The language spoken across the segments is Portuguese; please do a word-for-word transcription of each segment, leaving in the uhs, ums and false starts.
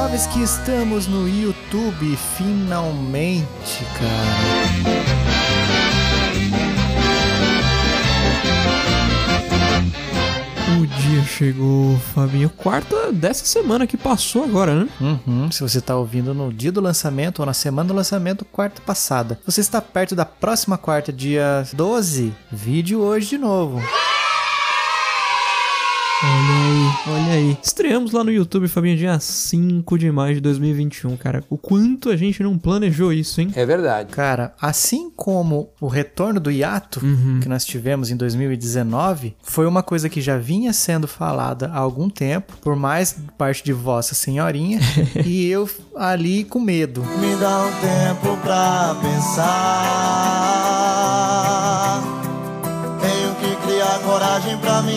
jovens que estamos no YouTube, finalmente, cara. O dia chegou, Fabinho. Quarta dessa semana que passou agora, né? Uhum, se você tá ouvindo no dia do lançamento ou na semana do lançamento, quarta passada. Você está perto da próxima quarta, dia doze. Vídeo hoje de novo. Olha aí, olha aí. Estreamos lá no YouTube, Fabinho, dia cinco de maio de dois mil e vinte e um, cara. O quanto a gente não planejou isso, hein? É verdade. Cara, assim como o retorno do hiato Uhum. que nós tivemos em dois mil e dezenove, foi uma coisa que já vinha sendo falada há algum tempo, por mais parte de vossa senhorinha, e eu ali com medo. Me dá um tempo pra pensar. Tenho que criar coragem pra me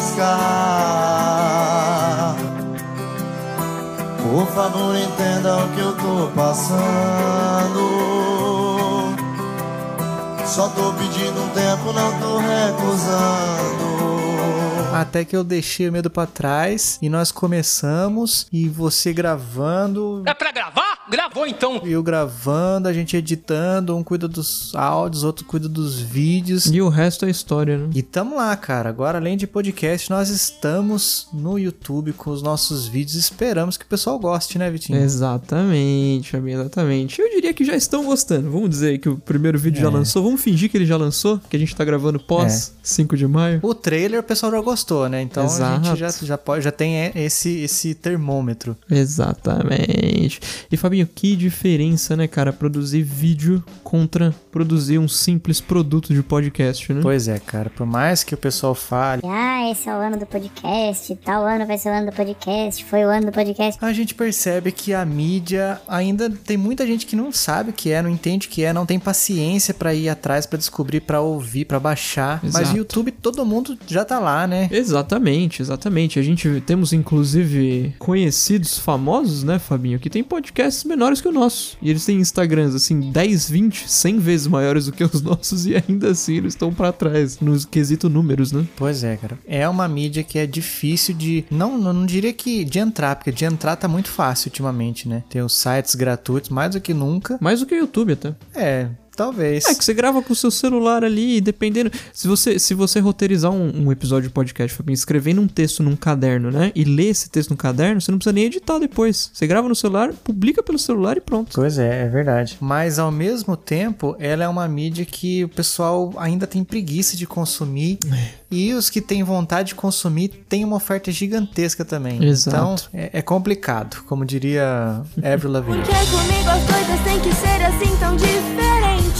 arriscar. Por favor, entenda o que eu tô passando. Só tô pedindo um tempo, não tô recusando. Até que eu deixei o medo pra trás e nós começamos, e você gravando. É pra gravar? Gravou então. Eu gravando, a gente editando, um cuida dos áudios, outro cuida dos vídeos. E o resto é história, né? E tamo lá, cara. Agora, além de podcast, nós estamos no YouTube com os nossos vídeos. Esperamos que o pessoal goste, né, Vitinho? Exatamente, Fabinho, exatamente. Eu diria que já estão gostando. Vamos dizer que o primeiro vídeo É. já lançou. Vamos fingir que ele já lançou, que a gente tá gravando pós cinco de maio. O trailer o pessoal já gostou, né? Então Exato. a gente já, já, pode, já tem esse, esse termômetro. Exatamente. E, Fabinho, que diferença, né, cara? Produzir vídeo contra produzir um simples produto de podcast, né? Pois é, cara. Por mais que o pessoal fale, Ah, esse é o ano do podcast, tal ano vai ser o ano do podcast, foi o ano do podcast. a gente percebe que a mídia ainda tem muita gente que não sabe o que é, não entende o que é, não tem paciência pra ir atrás, pra descobrir, pra ouvir, pra baixar. Mas Exato. o YouTube, todo mundo já tá lá, né? Exatamente, exatamente. A gente temos, inclusive, conhecidos famosos, né, Fabinho, que tem podcasts menores que o nosso. E eles têm Instagrams, assim, dez, vinte, cem vezes maiores do que os nossos e ainda assim eles estão pra trás, nos quesito números, né? Pois é, cara. É uma mídia que é difícil de... Não, não, não diria que de entrar, porque de entrar tá muito fácil ultimamente, né? Tem os sites gratuitos, mais do que nunca. Mais do que o YouTube até. É... Talvez. É que você grava com o seu celular ali, dependendo... Se você, se você roteirizar um, um episódio de podcast, Fabinho, escrevendo um texto num caderno, né? E ler esse texto no caderno, você não precisa nem editar depois. Você grava no celular, publica pelo celular e pronto. Pois é, é verdade. Mas ao mesmo tempo, ela é uma mídia que o pessoal ainda tem preguiça de consumir. E os que têm vontade de consumir têm uma oferta gigantesca também. Exato. Então, é, é complicado, como diria Avril Lavigne. Porque comigo as coisas têm que ser assim tão diferentes.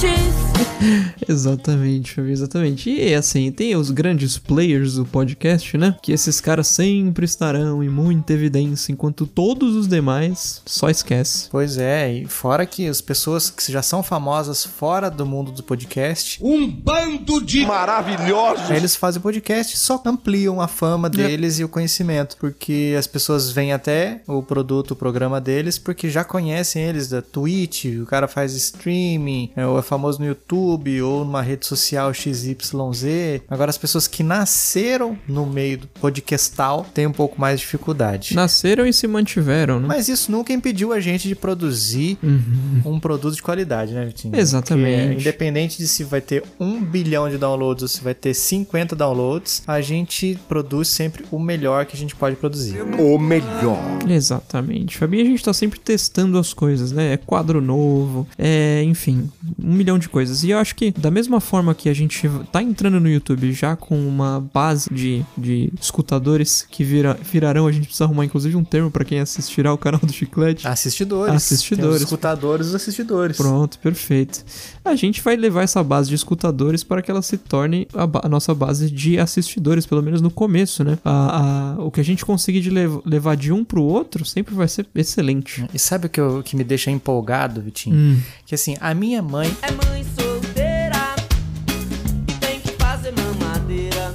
Exatamente, Fabinho, exatamente. E assim, tem os grandes players do podcast, né? Que esses caras sempre estarão em muita evidência, enquanto todos os demais só esquece. Pois é, e fora que as pessoas que já são famosas fora do mundo do podcast, Um bando de maravilhosos. aí eles fazem podcast e só ampliam a fama deles e o conhecimento, porque as pessoas vêm até o produto, o programa deles, porque já conhecem eles da Twitch, o cara faz streaming, é, ou é famoso no YouTube, ou numa rede social X Y Z. Agora, as pessoas que nasceram no meio do podcastal têm um pouco mais de dificuldade. Nasceram e se mantiveram, né? Mas isso nunca impediu a gente de produzir Uhum. um produto de qualidade, né, Vitinho? Exatamente. Porque, independente de se vai ter um bilhão de downloads ou se vai ter cinquenta downloads, a gente produz sempre o melhor que a gente pode produzir. O melhor. Exatamente. Fabinho, a gente tá sempre testando as coisas, né? É quadro novo, é, enfim, um milhão de coisas. E eu acho que, da mesma forma que a gente tá entrando no YouTube já com uma base de, de escutadores que vira, virarão, a gente precisa arrumar inclusive um termo pra quem assistirá o canal do Chiclete. Assistidores. Assistidores. Tem os escutadores e os assistidores. Pronto, perfeito. A gente vai levar essa base de escutadores para que ela se torne a, ba- a nossa base de assistidores, pelo menos no começo, né? A, a, o que a gente conseguir de lev- levar de um pro outro sempre vai ser excelente. E sabe o que, eu- que me deixa empolgado, Vitinho? Hum. Que assim, a minha mãe... É mãe solteira e tem que fazer mamadeira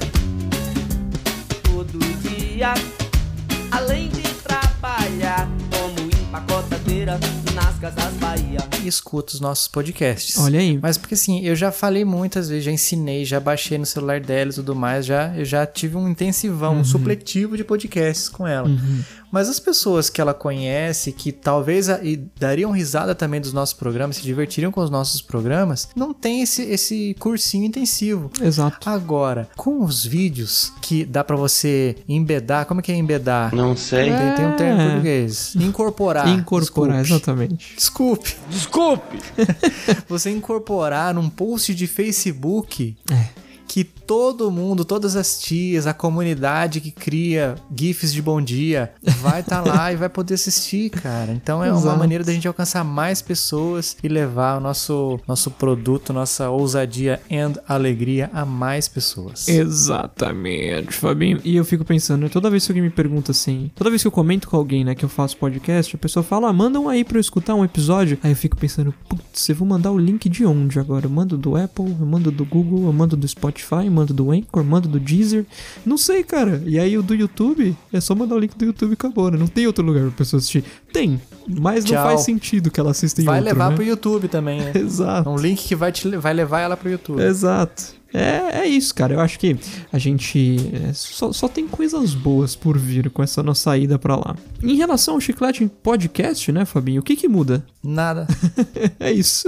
todo dia, além de trabalhar como empacotadeira nas casas Bahia. e escuta os nossos podcasts. Olha aí. Mas porque assim, eu já falei muitas vezes, já ensinei, já baixei no celular dela e tudo mais, já, eu já tive um intensivão, Uhum. um supletivo de podcasts com ela. Uhum. Mas as pessoas que ela conhece, que talvez a, e dariam risada também dos nossos programas, se divertiriam com os nossos programas, não tem esse, esse cursinho intensivo. Exato. Agora, com os vídeos que dá pra você embedar, como é que é embedar? Não sei. Tem, tem um termo É. em português. Incorporar. Incorporar, Desculpe. exatamente. Desculpe. Desculpe. Você incorporar num post de Facebook É. que todo mundo, todas as tias, a comunidade que cria GIFs de bom dia, vai estar lá e vai poder assistir, cara. Então é uma Exato. maneira da gente alcançar mais pessoas e levar o nosso, nosso produto, nossa ousadia e alegria a mais pessoas. Exatamente, Fabinho. E eu fico pensando, né, toda vez que alguém me pergunta assim, toda vez que eu comento com alguém, né, que eu faço podcast, a pessoa fala, ah, manda um aí pra eu escutar um episódio. Aí eu fico pensando, putz, eu vou mandar o link de onde agora? Eu mando do Apple, eu mando do Google, eu mando do Spotify, eu mando do Anchor, eu mando do Deezer. Não sei, cara. E aí o do YouTube, é só mandar o link do YouTube e acabou, né? Não tem outro lugar pra pessoa assistir. Tem, mas Tchau. não faz sentido que ela assista em Vai outro, levar né? pro YouTube também, né? Exato. É um link que vai, te, vai levar ela pro YouTube. Exato. É, é isso, cara. Eu acho que a gente é, só, só tem coisas boas por vir com essa nossa ida pra lá. Em relação ao Chiclete em podcast, né, Fabinho? O que que muda? Nada. É isso.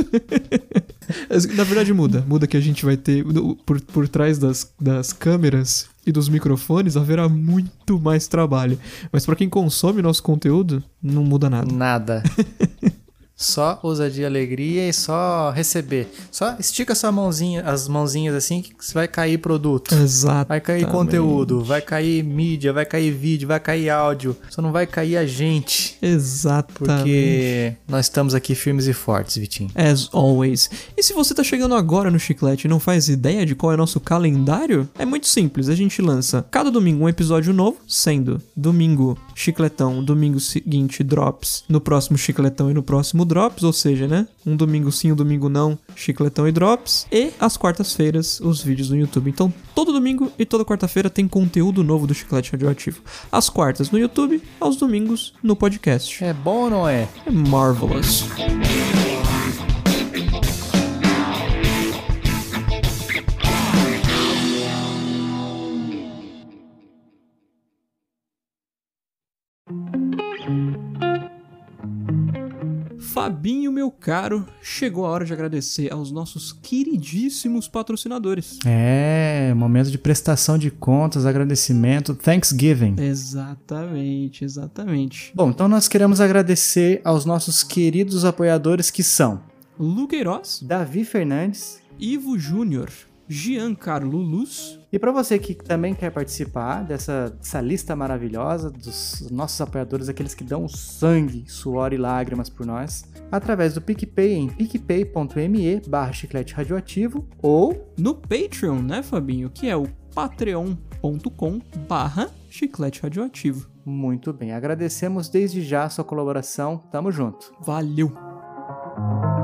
Na verdade muda. Muda que a gente vai ter, por, por trás das, das câmeras e dos microfones, haverá muito mais trabalho. Mas pra quem consome nosso conteúdo, não muda nada. Nada. Só ousadia e alegria e só receber. Só estica sua mãozinha, as mãozinhas assim que você vai cair produto. Exato. Vai cair conteúdo, vai cair mídia, vai cair vídeo, vai cair áudio. Só não vai cair a gente. Exatamente. Porque nós estamos aqui firmes e fortes, Vitinho. As always. E se você tá chegando agora no Chiclete e não faz ideia de qual é nosso calendário, é muito simples. A gente lança cada domingo um episódio novo, sendo domingo Chicletão, domingo seguinte Drops, no próximo Chicletão e no próximo Drops, ou seja, né? Um domingo sim, um domingo não, Chicletão e Drops. E às quartas-feiras, os vídeos no YouTube. Então, todo domingo e toda quarta-feira tem conteúdo novo do Chiclete Radioativo. Às quartas no YouTube, aos domingos no podcast. É bom ou não é? É marvelous. Fabinho, meu caro, chegou a hora de agradecer aos nossos queridíssimos patrocinadores. É, momento de prestação de contas, agradecimento, Thanksgiving. Exatamente, exatamente. Bom, então nós queremos agradecer aos nossos queridos apoiadores que são Lu Queiroz, Davi Fernandes. Ivo Júnior, Giancarlo Luz. E para você que também quer participar dessa, dessa lista maravilhosa dos nossos apoiadores, aqueles que dão sangue, suor e lágrimas por nós, através do PicPay em picpay.me barra chiclete radioativo ou no Patreon, né, Fabinho? Que é o patreon.com barra chiclete radioativo. Muito bem, agradecemos desde já a sua colaboração, tamo junto. Valeu!